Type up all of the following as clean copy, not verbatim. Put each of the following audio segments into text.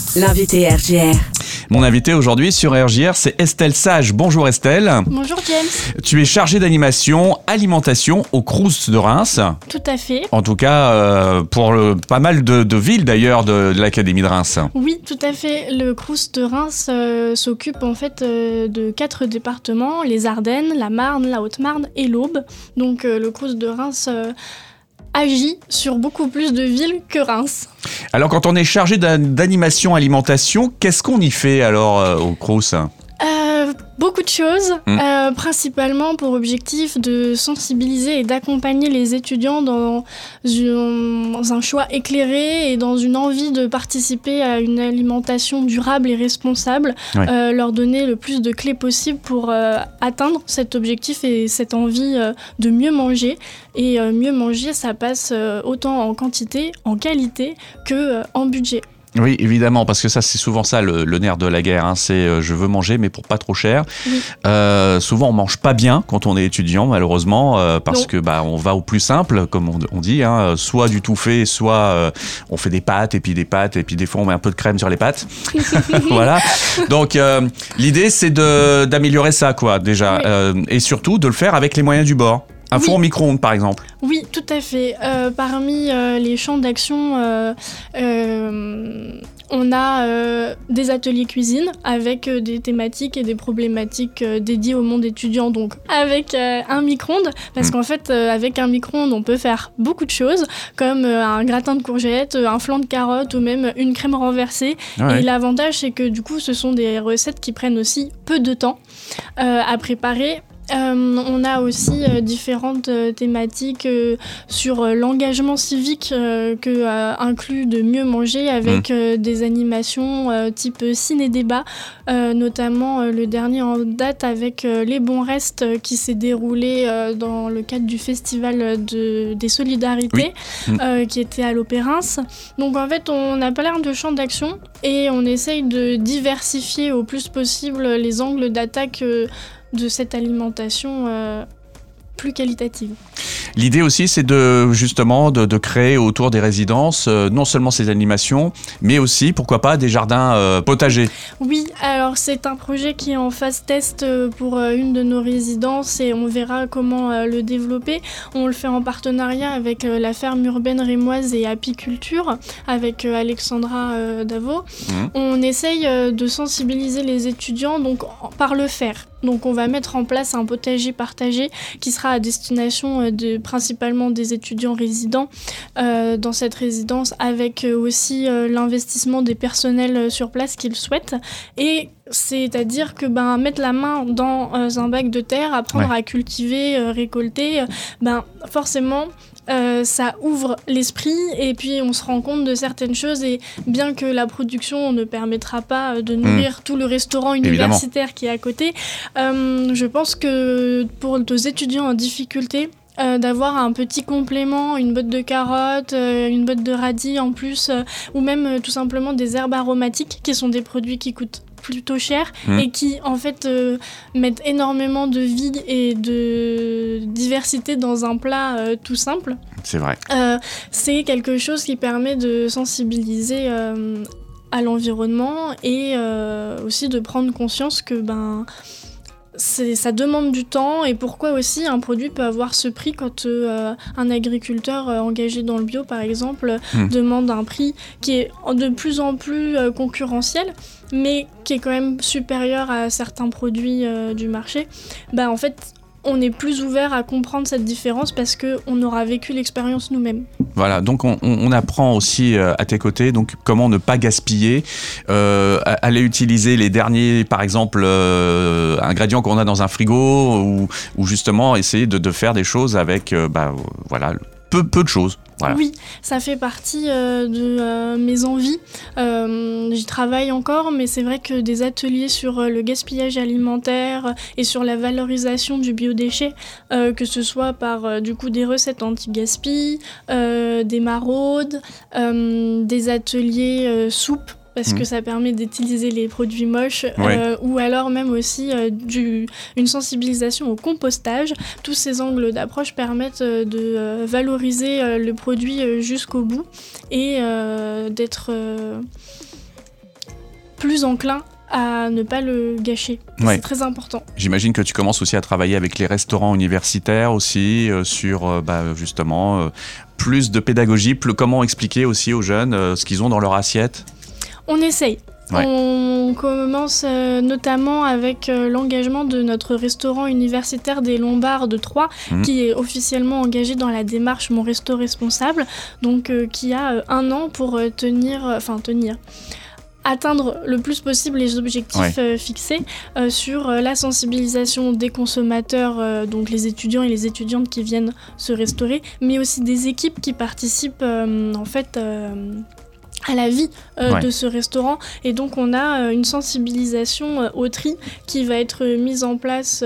L'invité RJR. Mon invité aujourd'hui sur RJR, c'est Estelle Sage. Bonjour Estelle. Bonjour James. Tu es chargée d'animation, alimentation au Crous de Reims. Tout à fait. En tout cas, pour pas mal de villes d'ailleurs de l'Académie de Reims. Oui, tout à fait. Le Crous de Reims s'occupe en fait de 4 départements, les Ardennes, la Marne, la Haute-Marne et l'Aube. Donc le Crous de Reims agit sur beaucoup plus de villes que Reims. Alors quand on est chargé d'animation, alimentation, qu'est-ce qu'on y fait alors au Crous ? Beaucoup de choses, principalement pour objectif de sensibiliser et d'accompagner les étudiants dans un choix éclairé et dans une envie de participer à une alimentation durable et responsable, leur donner le plus de clés possible pour atteindre cet objectif et cette envie de mieux manger. Et mieux manger, ça passe autant en quantité, en qualité que en budget. Oui, évidemment, parce que ça, c'est souvent ça le nerf de la guerre. C'est je veux manger, mais pour pas trop cher. Oui. Souvent, on mange pas bien quand on est étudiant, malheureusement, parce que on va au plus simple, comme on dit. Soit du tout fait, soit on fait des pâtes, et puis des fois on met un peu de crème sur les pâtes. Voilà. Donc l'idée, c'est d'améliorer ça, quoi, déjà, et surtout de le faire avec les moyens du bord. Un four au micro-ondes, par exemple. Oui, tout à fait. Parmi les champs d'action, on a des ateliers cuisine avec des thématiques et des problématiques dédiées au monde étudiant, donc avec un micro-ondes, parce qu'en fait, avec un micro-ondes, on peut faire beaucoup de choses, comme un gratin de courgettes, un flan de carottes ou même une crème renversée. Ouais. Et l'avantage, c'est que du coup, ce sont des recettes qui prennent aussi peu de temps à préparer. On a aussi différentes thématiques sur l'engagement civique que inclut de mieux manger avec des animations type ciné-débat, notamment le dernier en date avec Les Bons Restes qui s'est déroulé dans le cadre du festival des Solidarités qui était à l'Opérince. Donc en fait, on a plein de champs d'action et on essaye de diversifier au plus possible les angles d'attaque de cette alimentation plus qualitative. L'idée aussi, c'est justement de créer autour des résidences non seulement ces animations, mais aussi, pourquoi pas, des jardins potagers. Oui, alors c'est un projet qui est en phase test pour une de nos résidences et on verra comment le développer. On le fait en partenariat avec la ferme urbaine rémoise et apiculture, avec Alexandra Davo. On essaye de sensibiliser les étudiants donc, par le faire. Donc on va mettre en place un potager partagé qui sera à destination principalement des étudiants résidents dans cette résidence, avec aussi l'investissement des personnels sur place qu'ils souhaitent. Et c'est-à-dire que mettre la main dans un bac de terre, apprendre à cultiver, récolter, forcément ça ouvre l'esprit et puis on se rend compte de certaines choses, et bien que la production ne permettra pas de nourrir tout le restaurant universitaire qui est à côté, je pense que pour nos étudiants en difficulté, d'avoir un petit complément, une botte de carottes, une botte de radis en plus, ou même tout simplement des herbes aromatiques qui sont des produits qui coûtent plutôt cher et qui en fait mettent énormément de vie et de diversité dans un plat tout simple. C'est vrai. C'est quelque chose qui permet de sensibiliser à l'environnement et aussi de prendre conscience que ça demande du temps, et pourquoi aussi un produit peut avoir ce prix quand un agriculteur engagé dans le bio par exemple demande un prix qui est de plus en plus concurrentiel, mais qui est quand même supérieur à certains produits du marché. En fait, on est plus ouvert à comprendre cette différence parce qu'on aura vécu l'expérience nous-mêmes. Voilà, donc on apprend aussi à tes côtés donc comment ne pas gaspiller, aller utiliser les derniers, par exemple, ingrédients qu'on a dans un frigo, ou justement essayer de faire des choses avec peu de choses. Voilà. Oui, ça fait partie de mes envies. J'y travaille encore, mais c'est vrai que des ateliers sur le gaspillage alimentaire et sur la valorisation du biodéchet, que ce soit par des recettes anti-gaspi, des maraudes, des ateliers soupes, parce que ça permet d'utiliser les produits moches, ou alors même aussi une sensibilisation au compostage. Tous ces angles d'approche permettent de valoriser le produit jusqu'au bout et d'être plus enclin à ne pas le gâcher. Ouais. C'est très important. J'imagine que tu commences aussi à travailler avec les restaurants universitaires aussi, sur justement plus de pédagogie, comment expliquer aussi aux jeunes ce qu'ils ont dans leur assiette. On essaye. Ouais. On commence notamment avec l'engagement de notre restaurant universitaire des Lombards de Troyes, qui est officiellement engagé dans la démarche Mon Resto Responsable, donc qui a 1 an pour atteindre le plus possible les objectifs fixés sur la sensibilisation des consommateurs, donc les étudiants et les étudiantes qui viennent se restaurer, mais aussi des équipes qui participent à la vie de ce restaurant. Et donc on a une sensibilisation au tri qui va être mise en place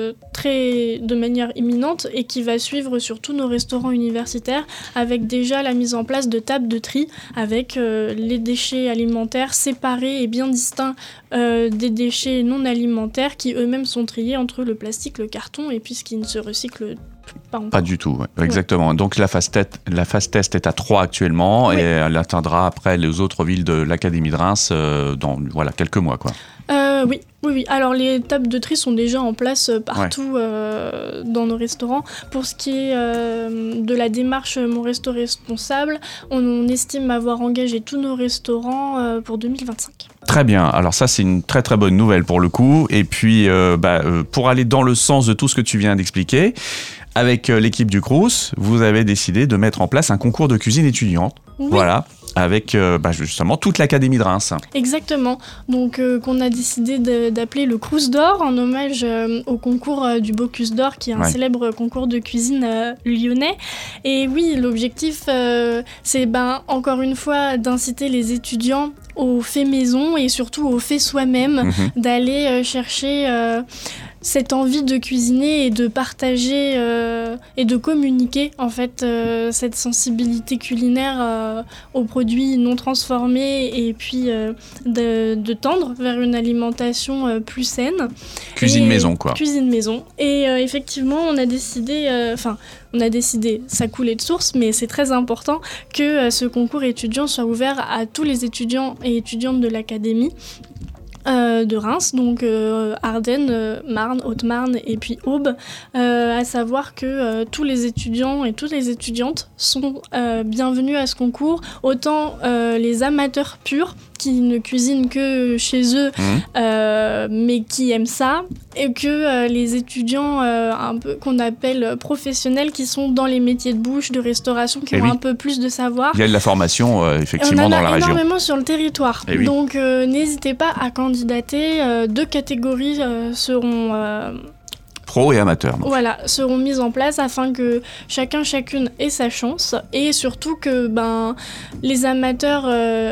de manière imminente et qui va suivre sur tous nos restaurants universitaires, avec déjà la mise en place de tables de tri avec les déchets alimentaires séparés et bien distincts des déchets non alimentaires qui eux-mêmes sont triés entre le plastique, le carton et puis ce qui ne se recycle pas du tout. Exactement. Donc la phase test est à 3 actuellement et elle atteindra après les autres villes de l'Académie de Reims dans quelques mois, quoi. Oui. Alors les tables de tri sont déjà en place partout dans nos restaurants. Pour ce qui est de la démarche Mon Resto Responsable, on estime avoir engagé tous nos restaurants pour 2025. Très bien, alors ça c'est une très très bonne nouvelle pour le coup. Et puis pour aller dans le sens de tout ce que tu viens d'expliquer, avec l'équipe du Crous, vous avez décidé de mettre en place un concours de cuisine étudiante. Oui. Voilà. Avec justement toute l'Académie de Reims. Exactement, donc qu'on a décidé d'appeler le Crous d'Or en hommage au concours du Bocuse d'Or, qui est un célèbre concours de cuisine lyonnais. Et oui, l'objectif c'est encore une fois d'inciter les étudiants au fait maison et surtout au fait soi-même, d'aller chercher cette envie de cuisiner et de partager et de communiquer en fait cette sensibilité culinaire aux produits non transformés et puis de tendre vers une alimentation plus saine. Cuisine maison, quoi. Cuisine maison. Et effectivement, on a décidé, ça coulait de source, mais c'est très important que ce concours étudiant soit ouvert à tous les étudiants et étudiantes de l'Académie de Reims, donc Ardennes, Marne, Haute-Marne et puis Aube, à savoir que tous les étudiants et toutes les étudiantes sont bienvenus à ce concours, autant les amateurs purs qui ne cuisinent que chez eux, mais qui aiment ça, et que les étudiants un peu qu'on appelle professionnels, qui sont dans les métiers de bouche, de restauration, qui ont un peu plus de savoir. Il y a de la formation effectivement dans la région. On en a énormément sur le territoire, donc n'hésitez pas à candidater. 2 catégories seront pro et amateur. Donc. Voilà, seront mises en place afin que chacune ait sa chance, et surtout que les amateurs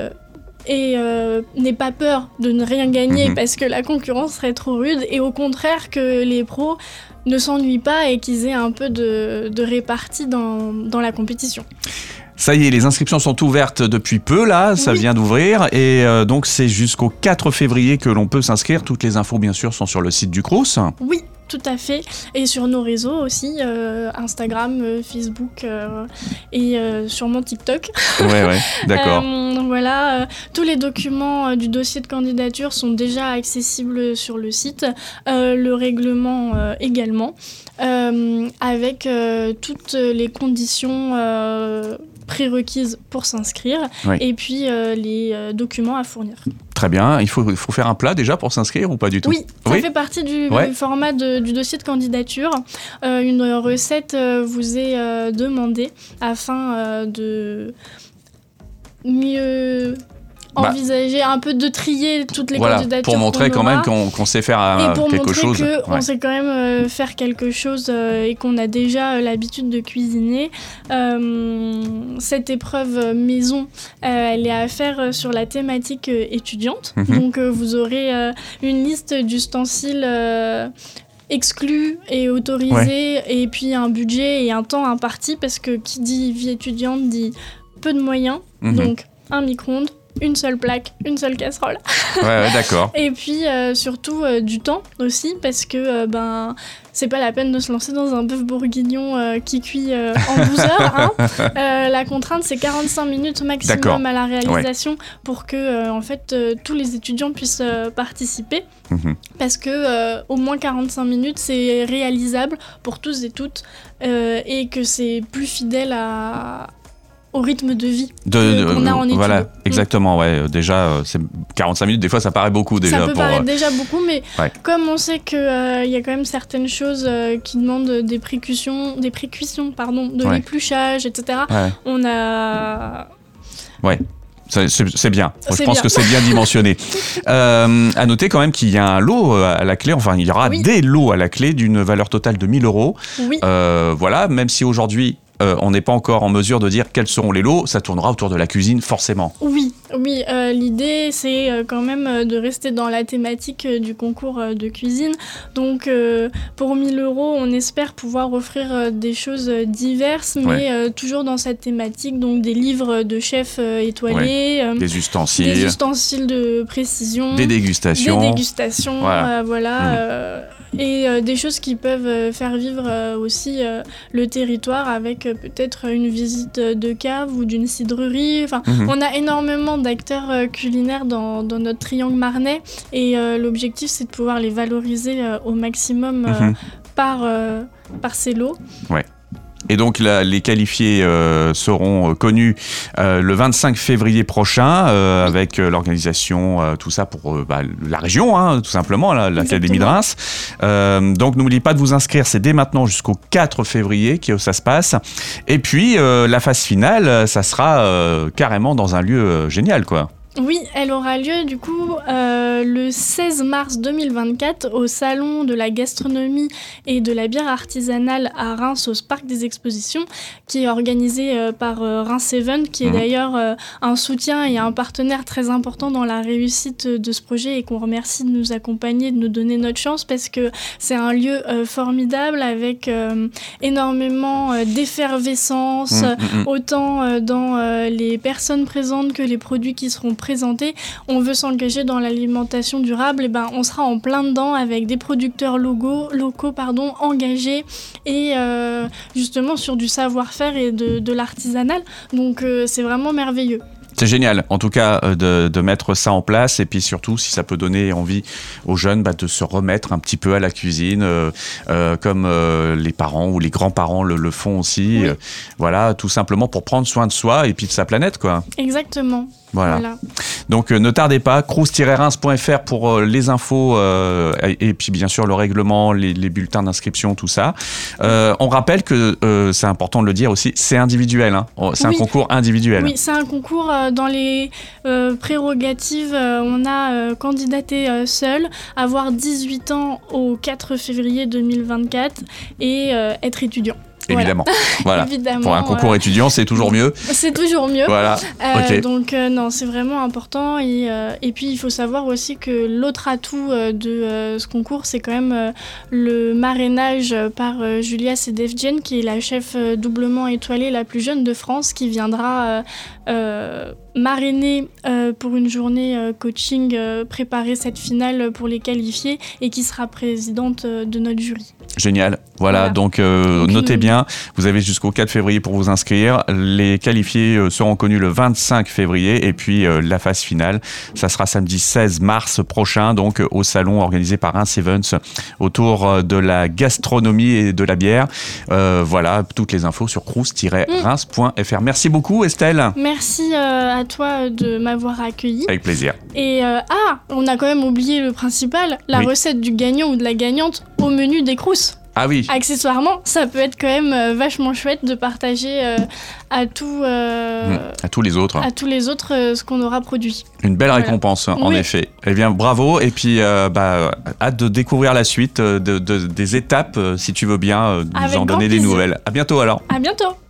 n'aient pas peur de ne rien gagner parce que la concurrence serait trop rude, et au contraire que les pros ne s'ennuient pas et qu'ils aient un peu de répartie dans la compétition. Ça y est, les inscriptions sont ouvertes depuis peu, là, ça vient d'ouvrir, et donc c'est jusqu'au 4 février que l'on peut s'inscrire. Toutes les infos, bien sûr, sont sur le site du Crous. Oui, tout à fait, et sur nos réseaux aussi, Instagram, Facebook et sûrement TikTok. Ouais, d'accord. Voilà, tous les documents du dossier de candidature sont déjà accessibles sur le site, le règlement également, avec toutes les conditions prérequises pour s'inscrire, et puis les documents à fournir. Très bien. Il faut faire un plat déjà pour s'inscrire ou pas du tout ? Oui, ça fait partie du format du dossier de candidature. Une recette vous est demandée afin de mieux envisager, un peu de trier toutes les candidatures. Pour montrer quand même qu'on sait faire quelque chose. Et pour montrer qu'on sait quand même faire quelque chose et qu'on a déjà l'habitude de cuisiner. Cette épreuve maison, elle est à faire sur la thématique étudiante. Donc vous aurez une liste d'ustensiles exclus et autorisés, et puis un budget et un temps imparti, parce que qui dit vie étudiante dit peu de moyens. Donc un micro-ondes, une seule plaque, une seule casserole. Ouais, d'accord. Et puis surtout du temps aussi, parce que c'est pas la peine de se lancer dans un bœuf bourguignon qui cuit en 12 heures. Hein. La contrainte, c'est 45 minutes maximum à la réalisation pour que en fait, tous les étudiants puissent participer. Parce que au moins 45 minutes, c'est réalisable pour tous et toutes et que c'est plus fidèle au rythme de vie qu'on a en études. Voilà, exactement. Ouais. Déjà, c'est 45 minutes, des fois, ça paraît beaucoup. Déjà, ça peut paraître déjà beaucoup, mais comme on sait qu'il y a quand même certaines choses qui demandent des précautions, de l'épluchage, etc., on a... Ouais. C'est bien. Je pense que c'est bien dimensionné. À noter quand même qu'il y a un lot à la clé. Enfin, il y aura des lots à la clé d'une valeur totale de 1 000 €. Oui. Voilà, même si aujourd'hui, on n'est pas encore en mesure de dire quels seront les lots, ça tournera autour de la cuisine, forcément. Oui. L'idée, c'est quand même de rester dans la thématique du concours de cuisine. Donc, pour 1 000 €, on espère pouvoir offrir des choses diverses, mais toujours dans cette thématique. Donc, des livres de chefs étoilés, des ustensiles de précision, des dégustations, et des choses qui peuvent faire vivre aussi le territoire avec peut-être une visite de cave ou d'une cidrerie. Enfin, on a énormément d'acteurs culinaires dans notre triangle marnais et l'objectif, c'est de pouvoir les valoriser au maximum par ces lots. Ouais. Et donc les qualifiés seront connus le 25 février prochain avec l'organisation, tout ça pour la région, tout simplement, l'Académie de Reims. Donc n'oubliez pas de vous inscrire, c'est dès maintenant jusqu'au 4 février que ça se passe. Et puis la phase finale, ça sera carrément dans un lieu génial, quoi. Oui, elle aura lieu du coup le 16 mars 2024 au Salon de la gastronomie et de la bière artisanale à Reims, au Parc des Expositions, qui est organisé par Reims Event, qui est d'ailleurs un soutien et un partenaire très important dans la réussite de ce projet et qu'on remercie de nous accompagner, de nous donner notre chance, parce que c'est un lieu formidable avec énormément d'effervescence, autant dans les personnes présentes que les produits qui seront présentés. On veut s'engager dans l'alimentation durable, et on sera en plein dedans avec des producteurs locaux engagés et justement sur du savoir-faire et de l'artisanal. Donc c'est vraiment merveilleux. C'est génial, en tout cas, de mettre ça en place, et puis surtout, si ça peut donner envie aux jeunes de se remettre un petit peu à la cuisine, comme les parents ou les grands-parents le font aussi. Voilà, tout simplement pour prendre soin de soi et puis de sa planète, quoi. Exactement. Voilà. Donc ne tardez pas, crous-reims.fr pour les infos et puis bien sûr le règlement, les bulletins d'inscription, tout ça. On rappelle que c'est important de le dire aussi, c'est individuel, c'est un concours individuel. Oui, c'est un concours dans les prérogatives, on a candidaté seul, avoir 18 ans au 4 février 2024 et être étudiant. Évidemment. Voilà. Évidemment, pour un concours étudiant, c'est toujours mieux. C'est toujours mieux. Voilà. Donc non, c'est vraiment important. Et puis il faut savoir aussi que l'autre atout de ce concours, c'est quand même le marrainage par Julia Sedefdjen, qui est la chef doublement étoilée la plus jeune de France, qui viendra marrainer pour une journée coaching, préparer cette finale pour les qualifiés, et qui sera présidente de notre jury. Génial. Voilà. Donc notez bien, vous avez jusqu'au 4 février pour vous inscrire. Les qualifiés seront connus le 25 février et puis la phase finale, ça sera samedi 16 mars prochain, donc au salon organisé par Reims Events autour de la gastronomie et de la bière. Voilà, toutes les infos sur crous-reims.fr. Merci beaucoup Estelle. Merci à toi de m'avoir accueilli. Avec plaisir. Et on a quand même oublié le principal, la recette du gagnant ou de la gagnante au menu des Crous. Ah oui. Accessoirement, ça peut être quand même vachement chouette de partager à tous les autres ce qu'on aura produit. Une belle récompense, en effet. Eh bien, bravo. Et puis, hâte de découvrir la suite des étapes, si tu veux bien nous en donner des nouvelles. À bientôt alors. À bientôt.